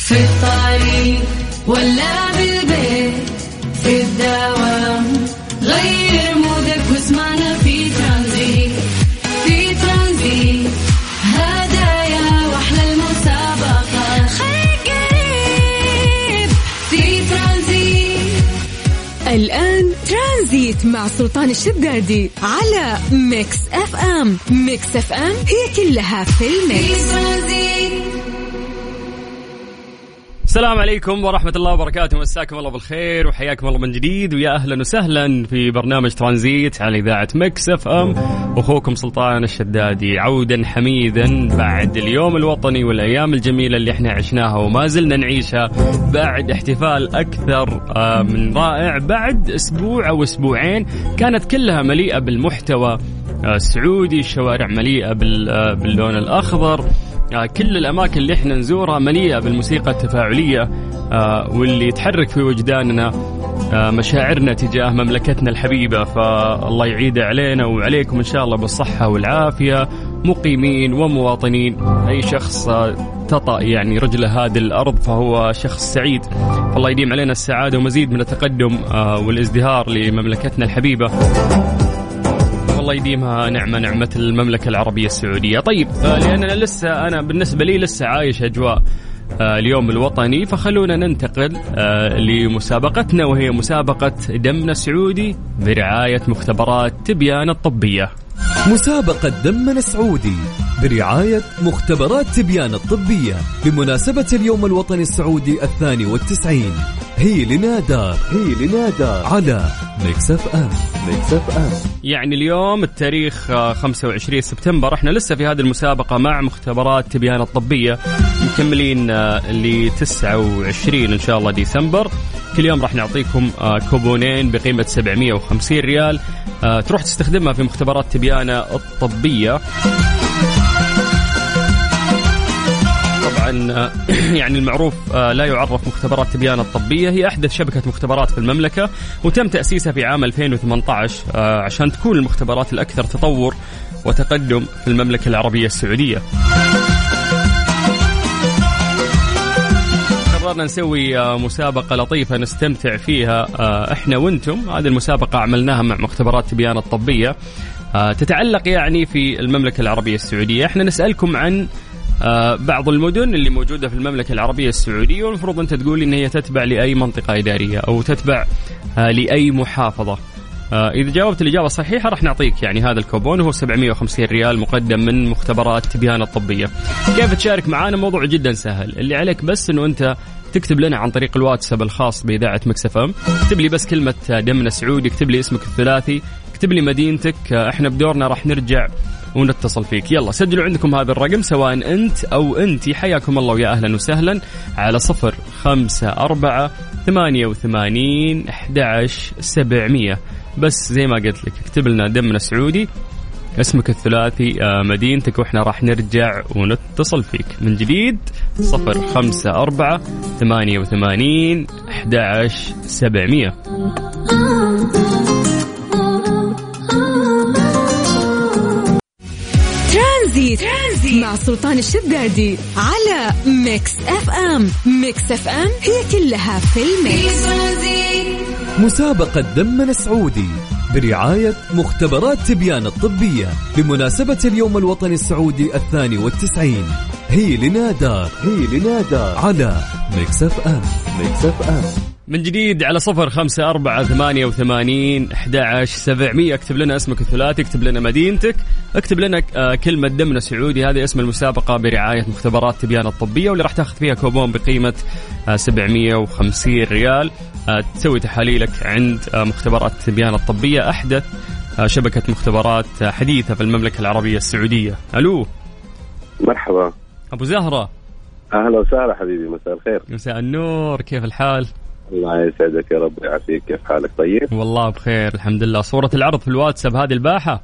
في الطريق ولا بالبيت في الدوام غير مودك واسمعنا في ترانزيت. في ترانزيت هدايا واحلى المسابقة خليك قريب في ترانزيت. الآن ترانزيت مع سلطان الشدادي على ميكس اف ام. ميكس اف ام هي كلها في الميكس. السلام عليكم ورحمة الله وبركاته، مساكم الله بالخير وحياكم الله من جديد، ويا أهلا وسهلا في برنامج ترانزيت على إذاعة ميكس اف ام. أخوكم سلطان الشدادي عودا حميدا بعد اليوم الوطني والأيام الجميلة اللي احنا عشناها وما زلنا نعيشها، بعد احتفال أكثر من رائع، بعد أسبوع أو أسبوعين كانت كلها مليئة بالمحتوى السعودي، الشوارع مليئة باللون الأخضر، كل الأماكن اللي احنا نزورها مليئة بالموسيقى التفاعلية واللي تحرك في وجداننا مشاعرنا تجاه مملكتنا الحبيبة. فالله يعيد علينا وعليكم إن شاء الله بالصحة والعافية، مقيمين ومواطنين. أي شخص تطأ يعني رجله هذه الأرض فهو شخص سعيد، فالله يديم علينا السعادة ومزيد من التقدم والازدهار لمملكتنا الحبيبة، الله يديمها نعمة المملكة العربية السعودية. طيب لأننا أنا بالنسبة لي لسه عايش أجواء اليوم الوطني، فخلونا ننتقل لمسابقتنا، وهي مسابقة دمنا سعودي برعاية مختبرات تبيان الطبية. مسابقة دمنا سعودي برعاية مختبرات تبيان الطبية بمناسبة اليوم الوطني السعودي 92. هي لنا دار على ميكس اف ام. يعني اليوم التاريخ 25 سبتمبر، احنا لسه في هذه المسابقة مع مختبرات تبيان الطبية، مكملين ل 29 إن شاء الله ديسمبر. كل يوم راح نعطيكم كوبونين بقيمة 750 ريال تروح تستخدمها في مختبرات تبيان الطبية. طبعا يعني المعروف لا يعرف مختبرات تبيان الطبية، هي أحدث شبكة مختبرات في المملكة، وتم تأسيسها في عام 2018 عشان تكون المختبرات الأكثر تطور وتقدم في المملكة العربية السعودية. قررنا نسوي مسابقة لطيفة نستمتع فيها احنا وانتم. هذه المسابقة عملناها مع مختبرات تبيان الطبية، تتعلق يعني في المملكة العربية السعودية. احنا نسألكم عن بعض المدن اللي موجودة في المملكة العربية السعودية، والمفروض أنت تقول إن هي تتبع لأي منطقة إدارية أو تتبع لأي محافظة. إذا جاوبت الإجابة الصحيحة راح نعطيك يعني هذا الكوبون، وهو 750 ريال مقدم من مختبرات تبيان الطبية. كيف تشارك معنا؟ موضوع جدا سهل، اللي عليك بس إنه أنت تكتب لنا عن طريق الواتساب الخاص بإذاعة ميكس اف ام، اكتب لي بس كلمة دمنا سعودي، اكتب لي اسمك الثلاثي، اكتب لي مدينتك، احنا بدورنا راح نرجع ونتصل فيك. يلا سجلوا عندكم هذا الرقم سواء أنت أو أنتي، حياكم الله ويا أهلا وسهلا، على 0548811700. بس زي ما قلت لك اكتب لنا دمنا سعودي، اسمك الثلاثي، مدينتك، وإحنا راح نرجع ونتصل فيك من جديد. 0548811700. ترانزيت مع سلطان الشدادي على ميكس اف ام. ميكس اف ام هي كلها في الميكس. مسابقة دمنا سعودي برعاية مختبرات تبيان الطبية بمناسبة اليوم الوطني السعودي 92. هي لنا دار على ميكس اف ام. من جديد على 0548811700. اكتب لنا اسمك الثلاثي، اكتب لنا مدينتك، اكتب لنا كلمة دمنا سعودي. هذه اسم المسابقة برعاية مختبرات تبيان الطبية، واللي راح تاخذ فيها كوبون بقيمة 750 ريال تسوي تحاليلك عند مختبرات تبيان الطبية، أحدث شبكة مختبرات حديثة في المملكة العربية السعودية. ألو، مرحبا أبو زهرة. أهلا وسهلا حبيبي، مساء الخير. مساء النور، كيف الحال؟ الله يسعدك يا رب ويعافيك، كيف حالك؟ طيب والله بخير الحمد لله. صورة العرض في الواتساب هذه الباحة؟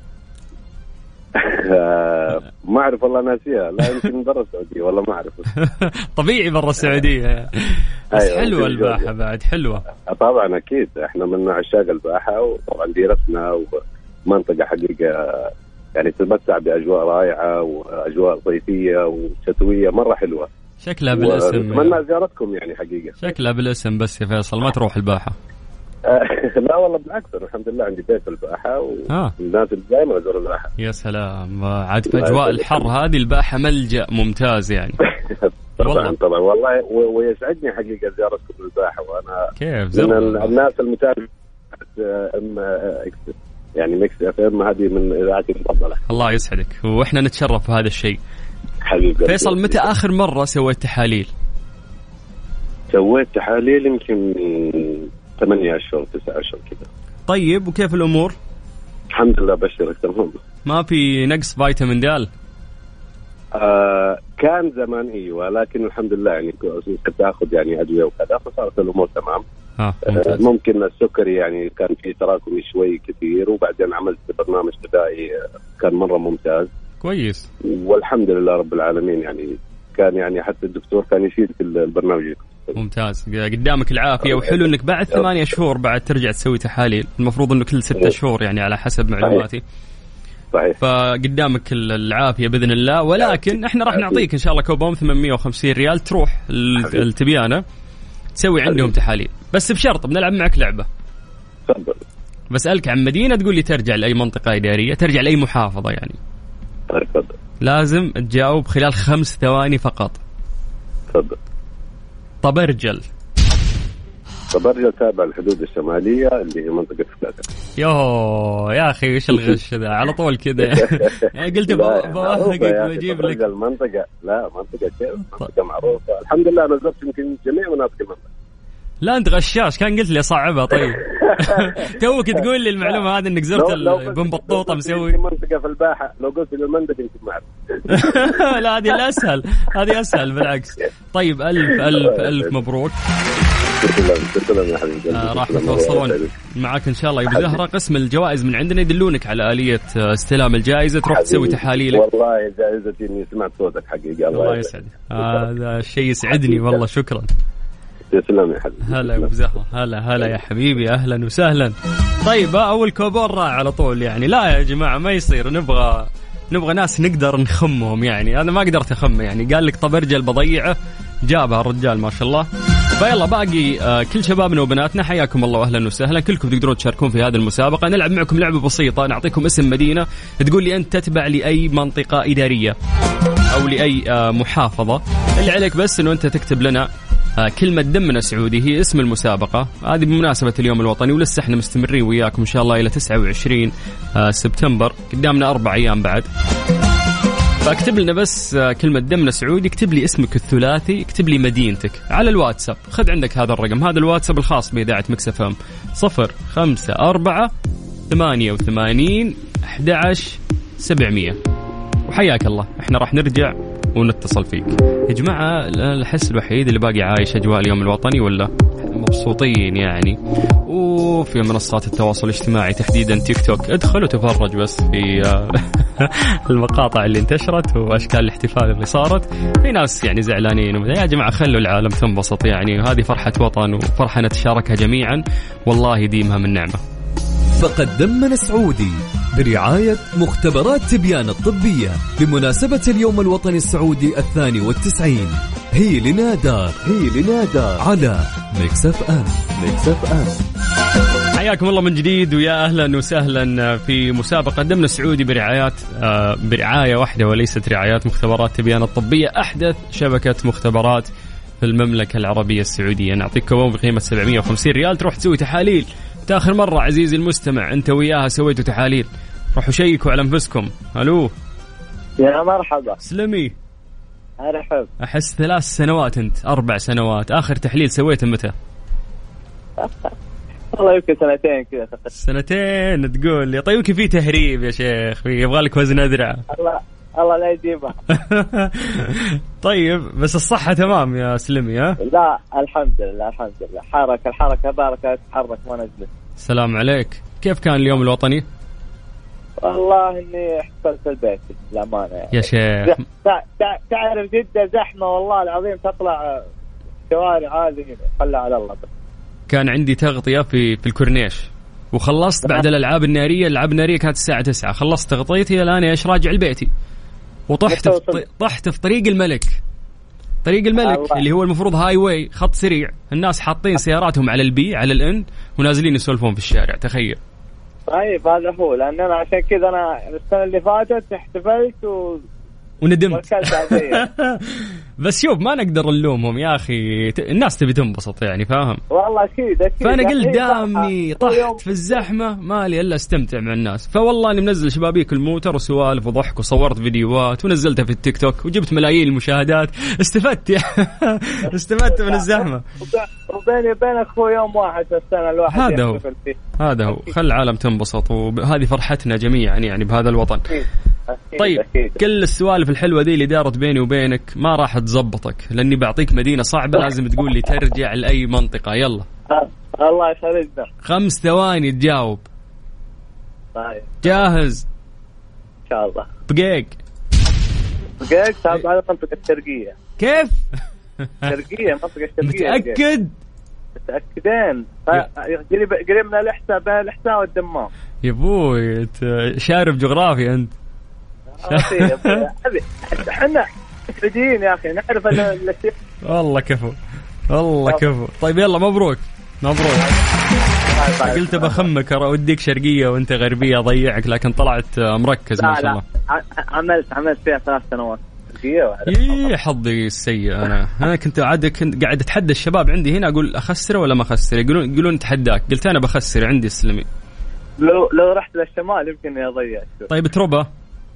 ما أعرف والله ناسيها، لا يمكن برا السعودية والله ما أعرف. طبيعي برا السعودية بس أيوة حلوة الباحة بعد، حلوة طبعا أكيد، إحنا من عشاق الباحة، وطبعا ديرتنا ومنطقة حقيقة يعني تتمتع بأجواء رائعة وأجواء صيفية وشتوية مرة حلوة. شكلها بالاسم. أتمنى زيارتكم يعني حقيقة. شكلها بالاسم بس يا فيصل ما تروح الباحة. لا والله بالعكس، الحمد لله عندي بيت في الباحة والناس اللي دائما أزور الباحة. يا سلام، عاد في أجواء الحر هذه الباحة ملجأ ممتاز يعني. طبعا والله ويسعدني حقيقة زيارتكم للباحة، وأنا كيف من الناس المتابعة يعني ميكس اف ام، هذه من اذاعتي المفضله. الله يسعدك، واحنا نتشرف بهذا الشيء حبيبي. فيصل متى اخر مره سويت تحاليل؟ سويت تحاليل يمكن 8 أشهر 9 أشهر كذا. طيب وكيف الامور؟ الحمد لله بشرك تمام. ما في نقص فيتامين د؟ كان زمان ايوه، لكن الحمد لله يعني كنت اخذ يعني ادويه وكذا، فصارت الامور تمام. ممكن السكري يعني كان في تراكمي شوي كثير، وبعدين عملت برنامج غذائي كان مره ممتاز كويس والحمد لله رب العالمين. يعني كان يعني حتى الدكتور كان يشيد في البرنامج. ممتاز، قدامك العافيه. وحلو انك بعد 8 شهور بعد ترجع تسوي تحاليل، المفروض انه كل 6 شهور يعني على حسب معلوماتي. صحيح. فقدامك العافيه باذن الله، ولكن احنا راح نعطيك ان شاء الله كوبون 850 ريال تروح التبيانه تسوي عندهم تحاليل، بس بشرط بنلعب معك لعبه. تفضل. بسألك عن مدينه تقول لي ترجع لاي منطقه اداريه، ترجع لاي محافظه يعني. تفضل. لازم تجاوب خلال 5 ثواني فقط. تفضل. طبرجل. طبرجل تابع الحدود الشمالية اللي هي منطقة فلاتة. يا أخي وش الغش ذا على طول كذا. قلت بوافقك بجيب لك المنطقة. لا منطقة كيف؟ منطقة معروفة الحمد لله. أنا زرت يمكن جميع مناطق المنطقة. لا أنت غشاش، كان قلت لي صعبها. طيب توك تقول لي المعلومة هذه إنك زرت بن بطوطة مسوي منطقة في الباحة. لو قلت للمنطقة يمكن ما أعرف. لا هذه الأسهل، هذه أسهل بالعكس. طيب ألف مبروك. تسلم يا حبيبي. راح يتواصلون معك إن شاء الله. يبو زهرة قسم الجوائز من عندنا يدلونك على آلية استلام الجائزة، تروح تسوي تحاليلك. والله جائزتي إني سمعت صوتك حقيقة. الله يسعد. هذا الشيء يسعدني والله. شكرا. تسلم يا حبيبي. هلا يا أبو زهرة. هلا يا حبيبي، أهلا وسهلا. طيب أول كوبون راح على طول يعني. لا يا جماعة ما يصير، نبغى ناس نقدر نخمهم يعني. أنا ما قدرت أخمه يعني. قال لك طبرجل بضيعه، جابها الرجال ما شاء الله. فيلا باقي كل شبابنا وبناتنا حياكم الله واهلا وسهلا. كلكم تقدرون تشاركون في هذه المسابقة. نلعب معكم لعبة بسيطة، نعطيكم اسم مدينة، تقول لي أنت تتبع لأي منطقة إدارية أو لأي محافظة. اللي عليك بس أنه أنت تكتب لنا كلمة دمنا سعودي هي اسم المسابقة. هذه بمناسبة اليوم الوطني، ولسه احنا مستمرين وياكم إن شاء الله إلى 29 سبتمبر. قدامنا 4 أيام بعد. فاكتب لنا بس كلمة دمنا سعودي، اكتب لي اسمك الثلاثي، اكتب لي مدينتك على الواتساب. خذ عندك هذا الرقم، هذا الواتساب الخاص بإذاعة ميكس اف ام 054-88-11-700. وحياك الله، احنا راح نرجع ونتصل فيك. يا جماعة الحس الوحيد اللي باقي عايش أجواء اليوم الوطني ولا مبسوطين يعني. وفي منصات التواصل الاجتماعي تحديدا تيك توك، ادخل وتفرج بس في المقاطع اللي انتشرت وأشكال الاحتفال اللي صارت. في ناس يعني زعلانين. يا جماعة خلوا العالم تنبسط يعني، وهذه فرحة وطن وفرحة نتشاركها جميعا، والله ديمها من نعمة. فقد دمنا سعودي برعاية مختبرات تبيان الطبية بمناسبة اليوم الوطني السعودي 92. هي لنادار على ميكس اف ام. حياكم الله من جديد ويا أهلا وسهلا في مسابقة دمنا السعودي برعاية واحدة وليست رعايات مختبرات تبيان الطبية، أحدث شبكة مختبرات في المملكة العربية السعودية. نعطيك كوبون بقيمة 750 ريال تروح تسوي تحاليل. آخر مرة عزيزي المستمع أنت وياها سويتوا تحاليل، روحوا شيكوا على أنفسكم. ألو يا مرحبا. سلمي. أرحب. أحس 3 سنوات أنت 4 سنوات. آخر تحليل سويته متى؟ والله يمكن 2 كذا. 2 تقول لي؟ طيب كيف في تهريب يا شيخ، يبغى لك وزن أذرع. الله لا يجيبها. طيب بس الصحة تمام يا سلمي؟ ها لا الحمد لله الحركة باركة، تحرك ما نجلس. السلام عليك. كيف كان اليوم الوطني؟ والله إني احتفلت البيت للأمانة يعني. يا شيخ تعرف جدة زحمة والله العظيم، تطلع شوارع هذه خلى على الله. كان عندي تغطية في الكورنيش وخلصت بعد الألعاب النارية. الألعاب النارية كانت الساعة 9، خلصت تغطيتي الآن إيش راجع لبيتي وطحت في طريق الملك. طريق الملك الله. اللي هو المفروض هاي واي، خط سريع، الناس حاطين سياراتهم على البي على الان ونازلين يسولفون في الشارع، تخيل. طيب هذا هو، لأن أنا عشان كذا أنا السنة اللي فاتت احتفلت وندمت. بس شوف ما نقدر نلومهم يا أخي، الناس تبي تنبسط يعني، فاهم؟ والله أكيد. فأنا قلت دامني طحت في الزحمة مالي إلا استمتع مع الناس، فوالله أني منزل شبابيك الموتر وسوالف وضحك وصورت فيديوهات ونزلتها في التيك توك وجبت ملايين المشاهدات. استفدت من الزحمة. وبيني وبينك هو يوم واحد في السنة الواحد. هذا هو خل العالم تنبسط، وهذه فرحتنا جميعا يعني بهذا الوطن. طيب كل السوالف الحلوة دي اللي دارت بيني وبينك ما راح تزبطك، لأني بعطيك مدينة صعبة لازم تقول لي ترجع لأي منطقة. يلا الله يخلينا. 5 ثواني تجاوب. طيب جاهز إن شاء الله. بقيق تابع على منطقة الشرقية. كيف؟ شرقية، منطقة الشرقية. متأكدين؟ قريب من الإحساء والدمام. يا بوي شارب جغرافيا أنت. احنا سعوديين يا أخي نعرف الشيء. والله كفو. طيب يلا مبروك. قلت بخمك وديك شرقية وانت غربية ضيعك، لكن طلعت مركز ما شاء الله. عملت فيها 3 سنوات. حظي السيء. أنا كنت قاعد أتحدى الشباب عندي هنا، أقول أخسر ولا ما أخسر، يقولون تحداك، قلت أنا بخسر عندي السلمي. لو رحت للشمال يمكن يضيع. طيب تروبة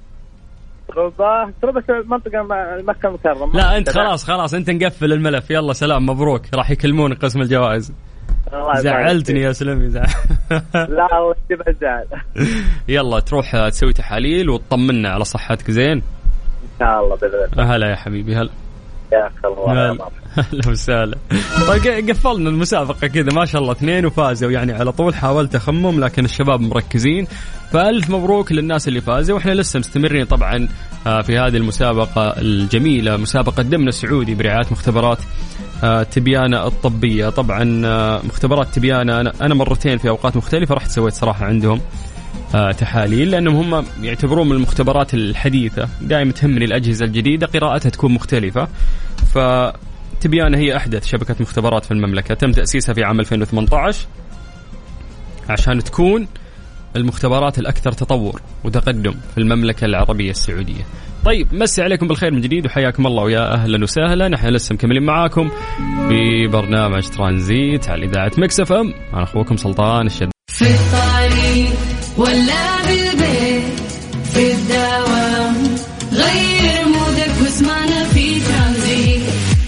منطقة مكة المكرمة. لا أنت خلاص أنت نقفل الملف، يلا سلام مبروك، راح يكلمون قسم الجوائز. زعلتني يا سلمي. لا واشتبه زعل. يلا تروح تسوي تحاليل وتطمنا على صحتك زين إن شاء الله بإذن الله. هلا يا حبيبي. هلا يا الله. هلا وسهلا. طيب قفلنا المسابقة كذا ما شاء الله 2 وفازوا يعني على طول. حاولت أخمم لكن الشباب مركزين، فألف مبروك للناس اللي فازوا. وإحنا لسه مستمرين طبعا في هذه المسابقة الجميلة، مسابقة دمنا السعودي برعاية مختبرات تبيانة الطبية. طبعا مختبرات تبيانة أنا مرتين في أوقات مختلفة رحت سويت صراحة عندهم تحاليل، لأنهم هم يعتبرون من المختبرات الحديثة. دائما تهمني الأجهزة الجديدة قراءتها تكون مختلفة، فتبيانة هي أحدث شبكة مختبرات في المملكة، تم تأسيسها في عام 2018 عشان تكون المختبرات الأكثر تطور وتقدم في المملكة العربية السعودية. طيب مسي عليكم بالخير من جديد وحياكم الله ويا أهلا وسهلا. نحن لسه مكملين معاكم ببرنامج ترانزيت على إذاعة ميكس اف ام. أنا أخوكم سلطان الشدادي. في الطريق ولا بالبيت في الدوام غير مودك واسمعنا في ترانزيت.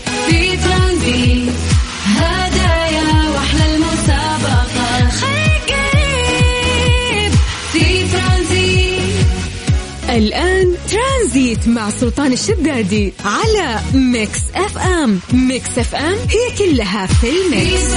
هدايا واحلى المسابقة خليك قريب في ترانزيت. الآن ترانزيت مع سلطان الشدادي على ميكس اف ام. ميكس اف ام هي كلها في الميكس.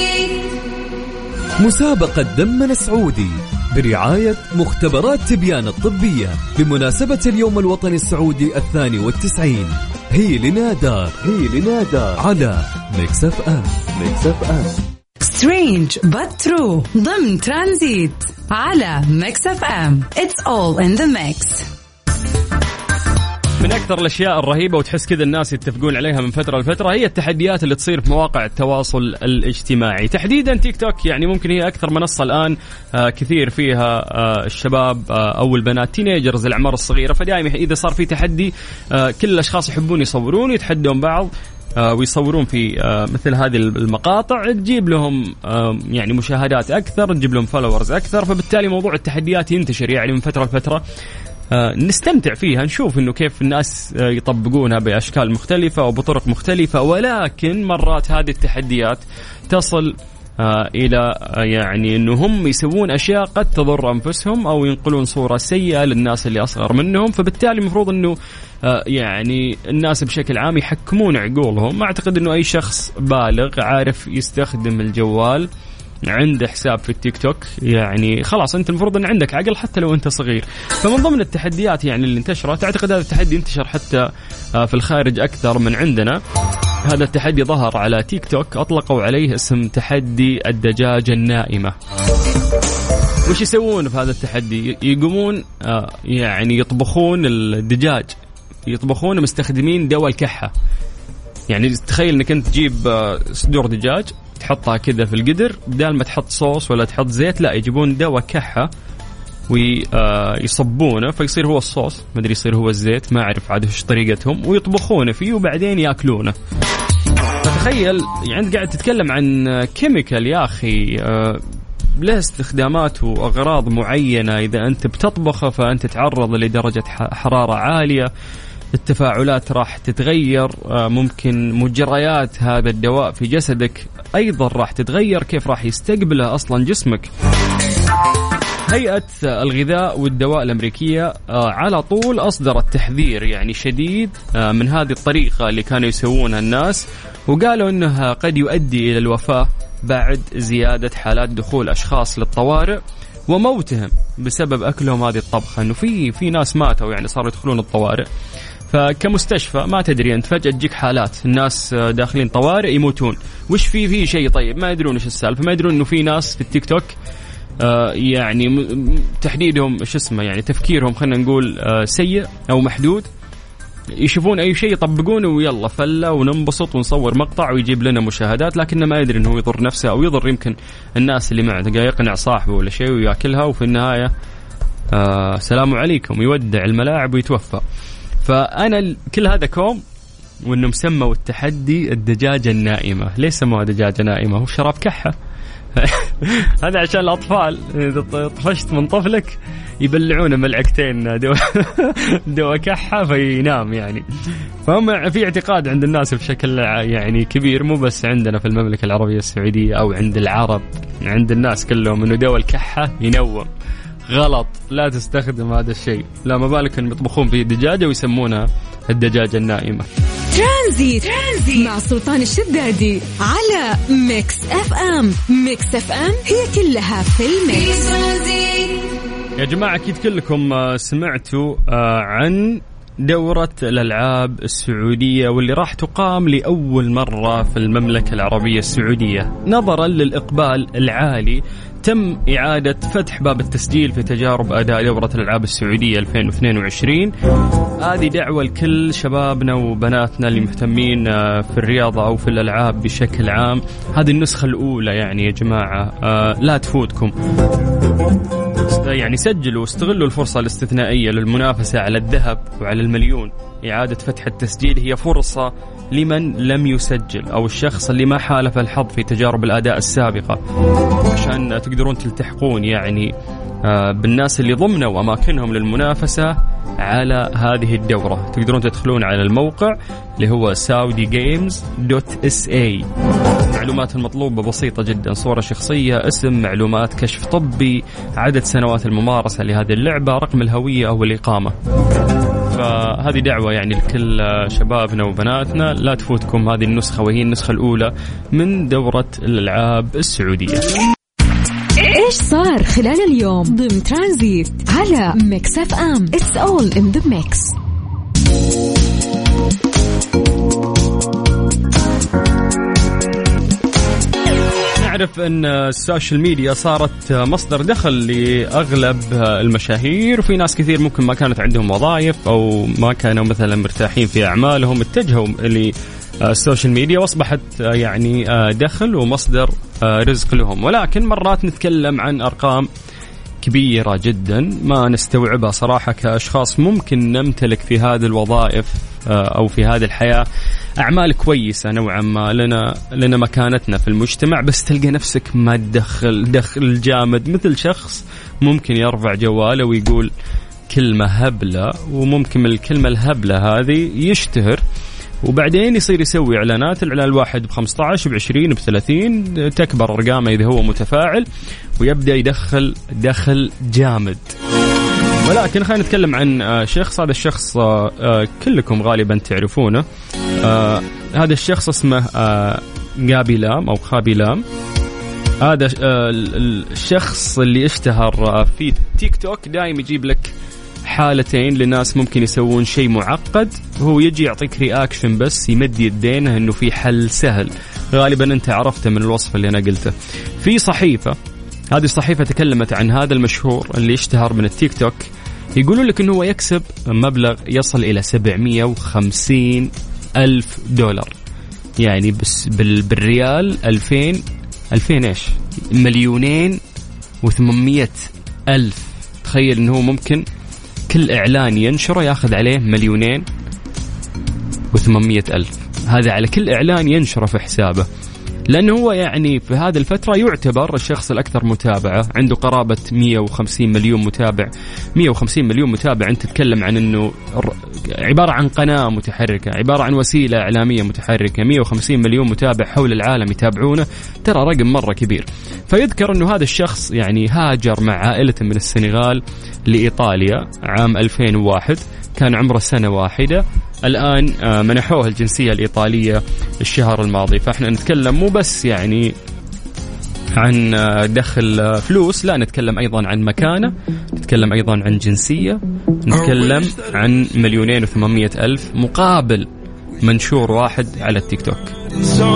مسابقة دمنا السعودي برعاية مختبرات تبيان الطبية بمناسبة اليوم الوطني السعودي 92. هي لنادى على ميكس اف ام. Strange but true ضمن ترانزيت على ميكس اف ام. It's all in the mix. من أكثر الأشياء الرهيبة وتحس كذا الناس يتفقون عليها من فترة لفترة هي التحديات اللي تصير في مواقع التواصل الاجتماعي، تحديدا تيك توك. يعني ممكن هي أكثر منصة الآن كثير فيها الشباب أو البنات تينيجرز الأعمار الصغيرة، فدائما إذا صار في تحدي كل الأشخاص يحبون يصورون ويتحدون بعض ويصورون في مثل هذه المقاطع، تجيب لهم يعني مشاهدات أكثر، تجيب لهم فولورز أكثر، فبالتالي موضوع التحديات ينتشر يعني من فترة لفترة. نستمتع فيها، نشوف إنه كيف الناس يطبقونها بأشكال مختلفة وبطرق مختلفة، ولكن مرات هذه التحديات تصل إلى يعني إنه هم يسوون أشياء قد تضر أنفسهم أو ينقلون صورة سيئة للناس اللي أصغر منهم. فبالتالي المفروض إنه يعني الناس بشكل عام يحكمون عقولهم. أعتقد إنه أي شخص بالغ عارف يستخدم الجوال عنده حساب في التيك توك، يعني خلاص أنت المفروض أن عندك عقل حتى لو أنت صغير. فمن ضمن التحديات يعني اللي انتشرت، أعتقد هذا التحدي انتشر حتى في الخارج أكثر من عندنا. هذا التحدي ظهر على تيك توك، أطلقوا عليه اسم تحدي الدجاجة النائمة. وش يسوون في هذا التحدي؟ يقومون يعني يطبخون الدجاج، يطبخون مستخدمين دواء الكحة. يعني تخيل انك انت تجيب صدور دجاج تحطها كذا في القدر، بدال ما تحط صوص ولا تحط زيت لا يجيبون دواء كحة ويصبونه فيصير هو الصوص، ما ادري يصير هو الزيت، ما اعرف عاد ايش طريقتهم، ويطبخونه فيه وبعدين ياكلونه. فتخيل يعني انت قاعد تتكلم عن كيميكال يا اخي له استخدامات واغراض معينه، اذا انت بتطبخه فانت تتعرض لدرجه حراره عاليه، التفاعلات راح تتغير، ممكن مجريات هذا الدواء في جسدك ايضا راح تتغير، كيف راح يستقبله اصلا جسمك. هيئة الغذاء والدواء الأمريكية على طول أصدرت تحذير يعني شديد من هذه الطريقة اللي كانوا يسوونها الناس، وقالوا أنها قد يؤدي إلى الوفاة بعد زيادة حالات دخول أشخاص للطوارئ وموتهم بسبب أكلهم هذه الطبخة. أنه في ناس ماتوا يعني صاروا يدخلون الطوارئ، فكمستشفى ما تدري أنت فجأة تجيك حالات الناس داخلين طوارئ يموتون، وش في شيء طيب ما يدرون إيش السالفة، ما يدرون أنه في ناس في التيك توك يعني تحديدهم شو اسمه يعني تفكيرهم خلينا نقول سيء أو محدود، يشوفون أي شيء يطبقونه ويلا فلا وننبسط ونصور مقطع ويجيب لنا مشاهدات، لكنه ما يدري أنه يضر نفسه أو يضر يمكن الناس اللي معه، تلقى يقنع صاحبه ولا شيء ويأكلها وفي النهاية سلام عليكم يودع الملاعب ويتوفى. فأنا كل هذا كوم وإنه مسمى التحدي الدجاجة النائمة. ليش سموها دجاجة نائمة؟ هو شراب كحة هذا عشان الأطفال إذا طفشت من طفلك يبلعونه ملعقتين دواء كحة فينام يعني. فهم في اعتقاد عند الناس بشكل يعني كبير، مو بس عندنا في المملكة العربية السعودية أو عند العرب، عند الناس كلهم إنه دواء الكحة ينوم. غلط، لا تستخدم هذا الشيء، لا ما بالك إن يطبخون فيه دجاجة ويسمونها الدجاجة النائمة. ترانزيت مع سلطان الشدادي على ميكس اف ام. ميكس اف ام هي كلها في الميكس. يا جماعة أكيد كلكم سمعتوا عن دورة الألعاب السعودية واللي راح تقام لأول مرة في المملكة العربية السعودية. نظرا للإقبال العالي تم إعادة فتح باب التسجيل في تجارب أداء دورة الألعاب السعودية 2022. هذه دعوة لكل شبابنا وبناتنا اللي مهتمين في الرياضة أو في الألعاب بشكل عام. هذه النسخة الأولى يعني يا جماعة لا تفوتكم، يعني سجلوا واستغلوا الفرصة الاستثنائية للمنافسة على الذهب وعلى المليون. إعادة فتح التسجيل هي فرصة لمن لم يسجل أو الشخص اللي ما حالف الحظ في تجارب الأداء السابقة، عشان تقدرون تلتحقون يعني بالناس اللي ضمنوا أماكنهم للمنافسة على هذه الدورة. تقدرون تدخلون على الموقع اللي هو saudigames.sa. المعلومات المطلوبة بسيطة جدا، صورة شخصية، اسم، معلومات كشف طبي، عدد سنوات الممارسة لهذه اللعبة، رقم الهوية أو الإقامة. فهذه دعوة يعني لكل شبابنا وبناتنا لا تفوتكم هذه النسخة، وهي النسخة الأولى من دورة الألعاب السعودية. إيش صار خلال اليوم ضمن ترانزيت على ميكس اف ام. It's all in the mix. نعرف أن السوشيال ميديا صارت مصدر دخل لأغلب المشاهير، وفي ناس كثير ممكن ما كانت عندهم وظائف أو ما كانوا مثلا مرتاحين في أعمالهم، اتجهوا للسوشيال ميديا وأصبحت يعني دخل ومصدر رزق لهم. ولكن مرات نتكلم عن أرقام كبيرة جدا ما نستوعبها صراحة كأشخاص ممكن نمتلك في هذه الوظائف أو في هذه الحياة أعمال كويسة نوعا ما، لنا مكانتنا في المجتمع، بس تلقى نفسك ما دخل جامد، مثل شخص ممكن يرفع جواله ويقول كلمة هبلة، وممكن من الكلمة الهبلة هذه يشتهر، وبعدين يصير يسوي إعلانات. الإعلان الواحد ب15 ب20 ب30 تكبر أرقامه إذا هو متفاعل، ويبدأ يدخل دخل جامد. ولكن خلينا نتكلم عن شخص. هذا الشخص كلكم غالبا تعرفونه. هذا الشخص اسمه غابي لام أو خابي لام. هذا الشخص اللي اشتهر في تيك توك دائما يجيب لك حالتين لناس ممكن يسوون شيء معقد، هو يجي يعطيك رياكشن بس يمد يدينه انه في حل سهل. غالبا انت عرفته من الوصف اللي انا قلته. في صحيفة، هذه الصحيفة تكلمت عن هذا المشهور اللي اشتهر من التيك توك. يقولوا لك انه هو يكسب مبلغ يصل الى 750,000 دولار. يعني بس بالريال 2000 إيش 2,800,000. تخيل إنه ممكن كل إعلان ينشره يأخذ عليه 2,800,000. هذا على كل إعلان ينشره في حسابه، لأنه هو يعني في هذه الفترة يعتبر الشخص الأكثر متابعة، عنده قرابة 150 مليون متابع. 150 مليون متابع، أنت تتكلم عن أنه عبارة عن قناة متحركة، عبارة عن وسيلة إعلامية متحركة. 150 مليون متابع حول العالم يتابعونه، ترى رقم مرة كبير. فيذكر أنه هذا الشخص يعني هاجر مع عائلته من السنغال لإيطاليا عام 2001، كان عمره سنة واحدة. الآن منحوه الجنسية الإيطالية الشهر الماضي. فإحنا نتكلم مو بس يعني عن دخل فلوس، لا نتكلم أيضا عن مكانة، نتكلم أيضا عن جنسية، نتكلم عن 2,800,000 مقابل منشور واحد على التيك توك.